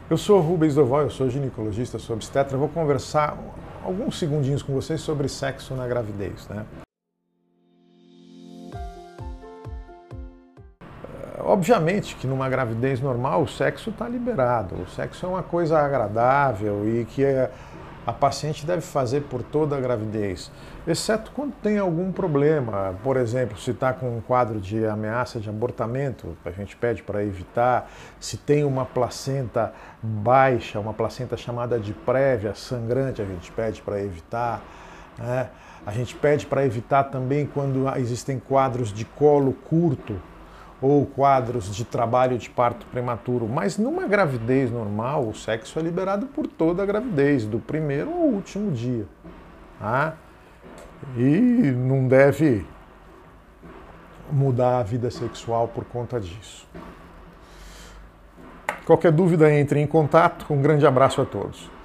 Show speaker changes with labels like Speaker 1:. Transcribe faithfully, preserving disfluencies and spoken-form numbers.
Speaker 1: Eu sou Rubens Doval, eu sou ginecologista, sou obstetra. Vou conversar alguns segundinhos com vocês sobre sexo na gravidez, né? Obviamente que numa gravidez normal o sexo está liberado. O sexo é uma coisa agradável e que a paciente deve fazer por toda a gravidez, exceto quando tem algum problema. Por exemplo, se está com um quadro de ameaça de abortamento, a gente pede para evitar. Se tem uma placenta baixa, uma placenta chamada de prévia, sangrante, a gente pede para evitar, né? A gente pede para evitar também quando existem quadros de colo curto ou quadros de trabalho de parto prematuro, mas numa gravidez normal, o sexo é liberado por toda a gravidez, do primeiro ao último dia. Tá? E não deve mudar a vida sexual por conta disso. Qualquer dúvida, entre em contato. Um grande abraço a todos.